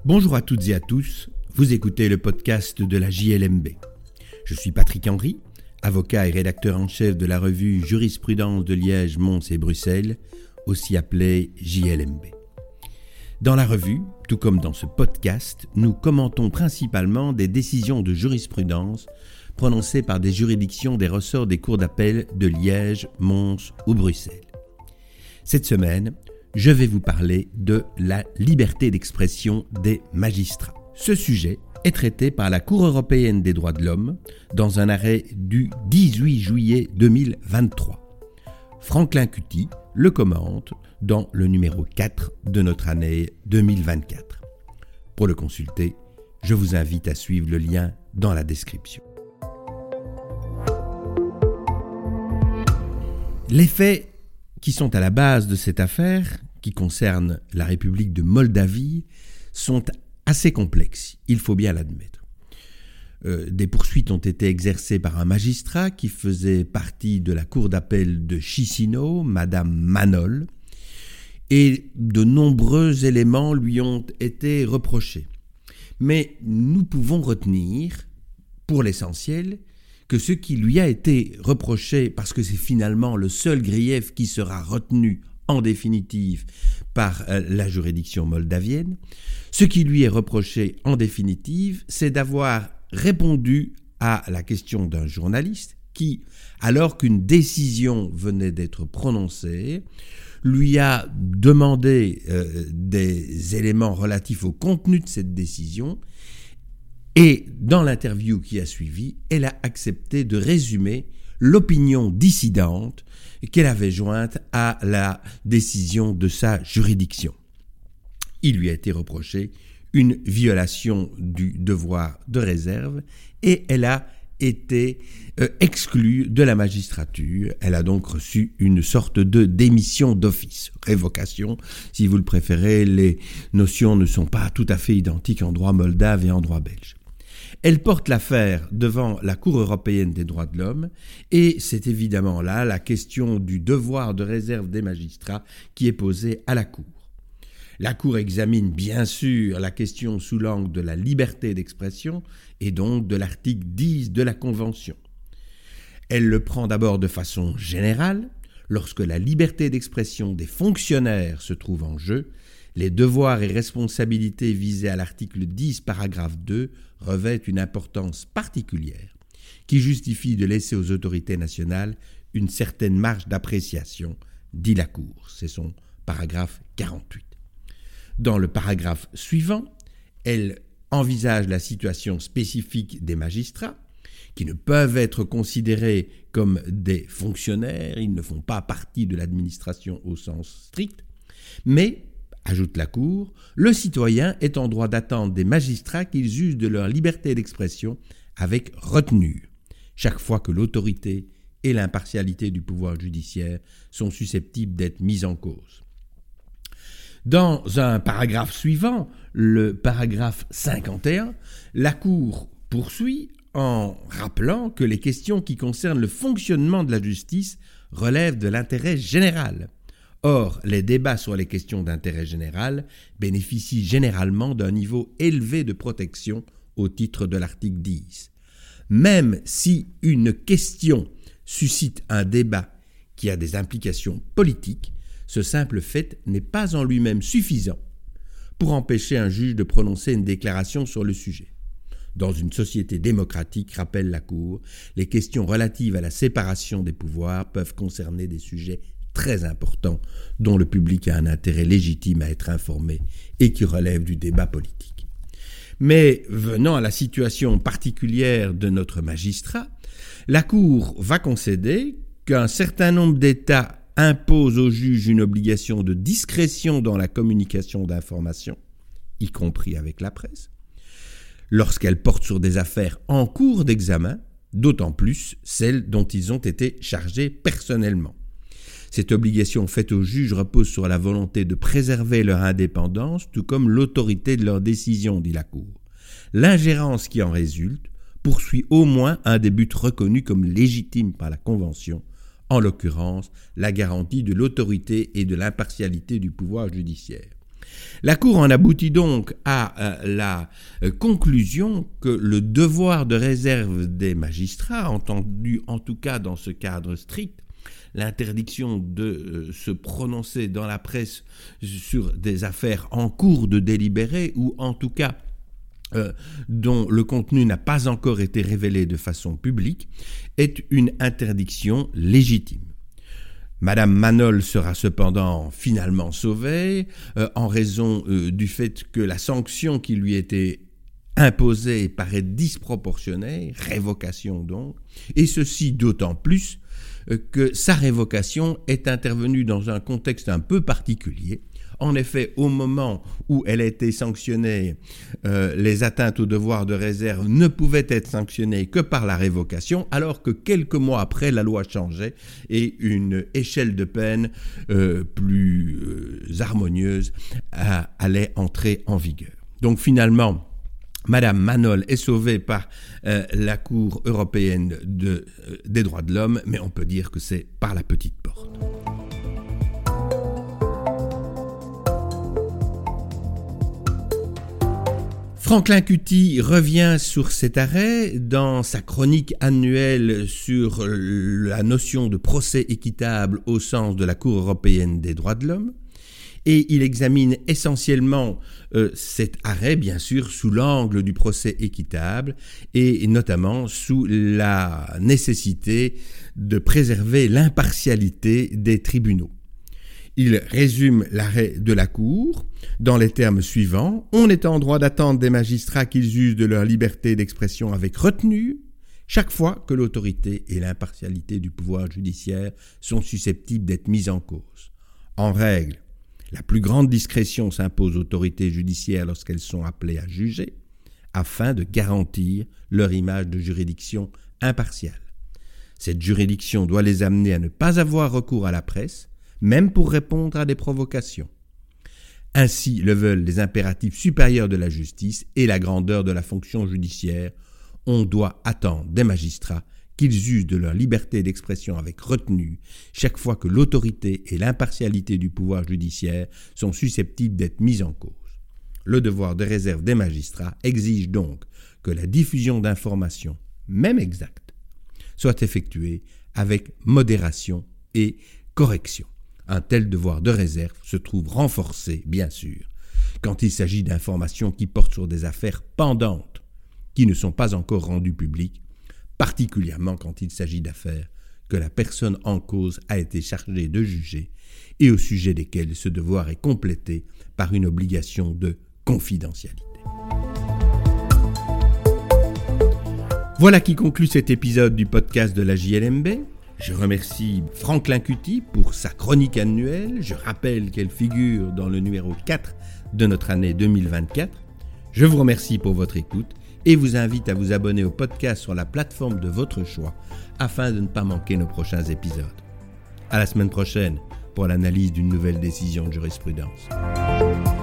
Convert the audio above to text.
Bonjour à toutes et à tous, vous écoutez le podcast de la JLMB. Je suis Patrick Henry, avocat et rédacteur en chef de la revue Jurisprudence de Liège, Mons et Bruxelles, aussi appelée JLMB. Dans la revue, tout comme dans ce podcast, nous commentons principalement des décisions de jurisprudence prononcées par des juridictions des ressorts des cours d'appel de Liège, Mons ou Bruxelles. Cette semaine, je vais vous parler de la liberté d'expression des magistrats. Ce sujet est traité par la Cour européenne des droits de l'homme dans un arrêt du 18 juillet 2023. Franklin Cutty le commente dans le numéro 4 de notre année 2024. Pour le consulter, je vous invite à suivre le lien dans la description. Les faits qui sont à la base de cette affaire, qui concerne la République de Moldavie, sont assez complexes, il faut bien l'admettre. Des poursuites ont été exercées par un magistrat qui faisait partie de la cour d'appel de Chisinau, Madame Manol, et de nombreux éléments lui ont été reprochés. Mais nous pouvons retenir, pour l'essentiel, que ce qui lui a été reproché, parce que c'est finalement le seul grief qui sera retenu en définitive par la juridiction moldavienne, ce qui lui est reproché en définitive, c'est d'avoir répondu à la question d'un journaliste qui, alors qu'une décision venait d'être prononcée, lui a demandé des éléments relatifs au contenu de cette décision. Et dans l'interview qui a suivi, elle a accepté de résumer l'opinion dissidente qu'elle avait jointe à la décision de sa juridiction. Il lui a été reproché une violation du devoir de réserve et elle a été exclue de la magistrature. Elle a donc reçu une sorte de démission d'office, révocation. Si vous le préférez, les notions ne sont pas tout à fait identiques en droit moldave et en droit belge. Elle porte l'affaire devant la Cour européenne des droits de l'homme et c'est évidemment là la question du devoir de réserve des magistrats qui est posée à la Cour. La Cour examine bien sûr la question sous l'angle de la liberté d'expression et donc de l'article 10 de la Convention. Elle le prend d'abord de façon générale. Lorsque la liberté d'expression des fonctionnaires se trouve en jeu, les devoirs et responsabilités visés à l'article 10, paragraphe 2, revêtent une importance particulière qui justifie de laisser aux autorités nationales une certaine marge d'appréciation, dit la Cour. C'est son paragraphe 48. Dans le paragraphe suivant, elle envisage la situation spécifique des magistrats qui ne peuvent être considérés comme des fonctionnaires, ils ne font pas partie de l'administration au sens strict, mais ajoute la Cour, le citoyen est en droit d'attendre des magistrats qu'ils usent de leur liberté d'expression avec retenue, chaque fois que l'autorité et l'impartialité du pouvoir judiciaire sont susceptibles d'être mises en cause. Dans un paragraphe suivant, le paragraphe 51, la Cour poursuit en rappelant que les questions qui concernent le fonctionnement de la justice relèvent de l'intérêt général. Or, les débats sur les questions d'intérêt général bénéficient généralement d'un niveau élevé de protection au titre de l'article 10. Même si une question suscite un débat qui a des implications politiques, ce simple fait n'est pas en lui-même suffisant pour empêcher un juge de prononcer une déclaration sur le sujet. Dans une société démocratique, rappelle la Cour, les questions relatives à la séparation des pouvoirs peuvent concerner des sujets très importants dont le public a un intérêt légitime à être informé et qui relèvent du débat politique. Mais venant à la situation particulière de notre magistrat, la Cour va concéder qu'un certain nombre d'États imposent au juge une obligation de discrétion dans la communication d'informations, y compris avec la presse, lorsqu'elle porte sur des affaires en cours d'examen, d'autant plus celles dont ils ont été chargés personnellement. Cette obligation faite aux juges repose sur la volonté de préserver leur indépendance, tout comme l'autorité de leurs décisions, dit la Cour. L'ingérence qui en résulte poursuit au moins un des buts reconnus comme légitimes par la Convention, en l'occurrence la garantie de l'autorité et de l'impartialité du pouvoir judiciaire. La Cour en aboutit donc à la conclusion que le devoir de réserve des magistrats, entendu en tout cas dans ce cadre strict, l'interdiction de se prononcer dans la presse sur des affaires en cours de délibéré ou en tout cas dont le contenu n'a pas encore été révélé de façon publique, est une interdiction légitime. Madame Manol sera cependant finalement sauvée en raison du fait que la sanction qui lui était imposée paraît disproportionnée, révocation donc, et ceci d'autant plus que sa révocation est intervenue dans un contexte un peu particulier. En effet, au moment où elle a été sanctionnée, les atteintes au devoir de réserve ne pouvaient être sanctionnées que par la révocation, alors que quelques mois après, la loi changeait et une échelle de peine plus harmonieuse allait entrer en vigueur. Donc finalement, Madame Manol est sauvée par la Cour européenne des droits de l'homme, mais on peut dire que c'est par la petite porte. Franklin Cutty revient sur cet arrêt dans sa chronique annuelle sur la notion de procès équitable au sens de la Cour européenne des droits de l'homme, et il examine essentiellement cet arrêt, bien sûr, sous l'angle du procès équitable et notamment sous la nécessité de préserver l'impartialité des tribunaux. Il résume l'arrêt de la Cour dans les termes suivants. « On est en droit d'attendre des magistrats qu'ils usent de leur liberté d'expression avec retenue, chaque fois que l'autorité et l'impartialité du pouvoir judiciaire sont susceptibles d'être mises en cause. En règle, la plus grande discrétion s'impose aux autorités judiciaires lorsqu'elles sont appelées à juger, afin de garantir leur image de juridiction impartiale. Cette juridiction doit les amener à ne pas avoir recours à la presse, même pour répondre à des provocations. Ainsi le veulent les impératifs supérieurs de la justice et la grandeur de la fonction judiciaire. On doit attendre des magistrats qu'ils usent de leur liberté d'expression avec retenue chaque fois que l'autorité et l'impartialité du pouvoir judiciaire sont susceptibles d'être mises en cause. Le devoir de réserve des magistrats exige donc que la diffusion d'informations, même exactes, soit effectuée avec modération et correction. Un tel devoir de réserve se trouve renforcé, bien sûr, quand il s'agit d'informations qui portent sur des affaires pendantes, qui ne sont pas encore rendues publiques, particulièrement quand il s'agit d'affaires que la personne en cause a été chargée de juger et au sujet desquelles ce devoir est complété par une obligation de confidentialité. Voilà qui conclut cet épisode du podcast de la JLMB. Je remercie Franklin Cutty pour sa chronique annuelle. Je rappelle qu'elle figure dans le numéro 4 de notre année 2024. Je vous remercie pour votre écoute et vous invite à vous abonner au podcast sur la plateforme de votre choix afin de ne pas manquer nos prochains épisodes. À la semaine prochaine pour l'analyse d'une nouvelle décision de jurisprudence.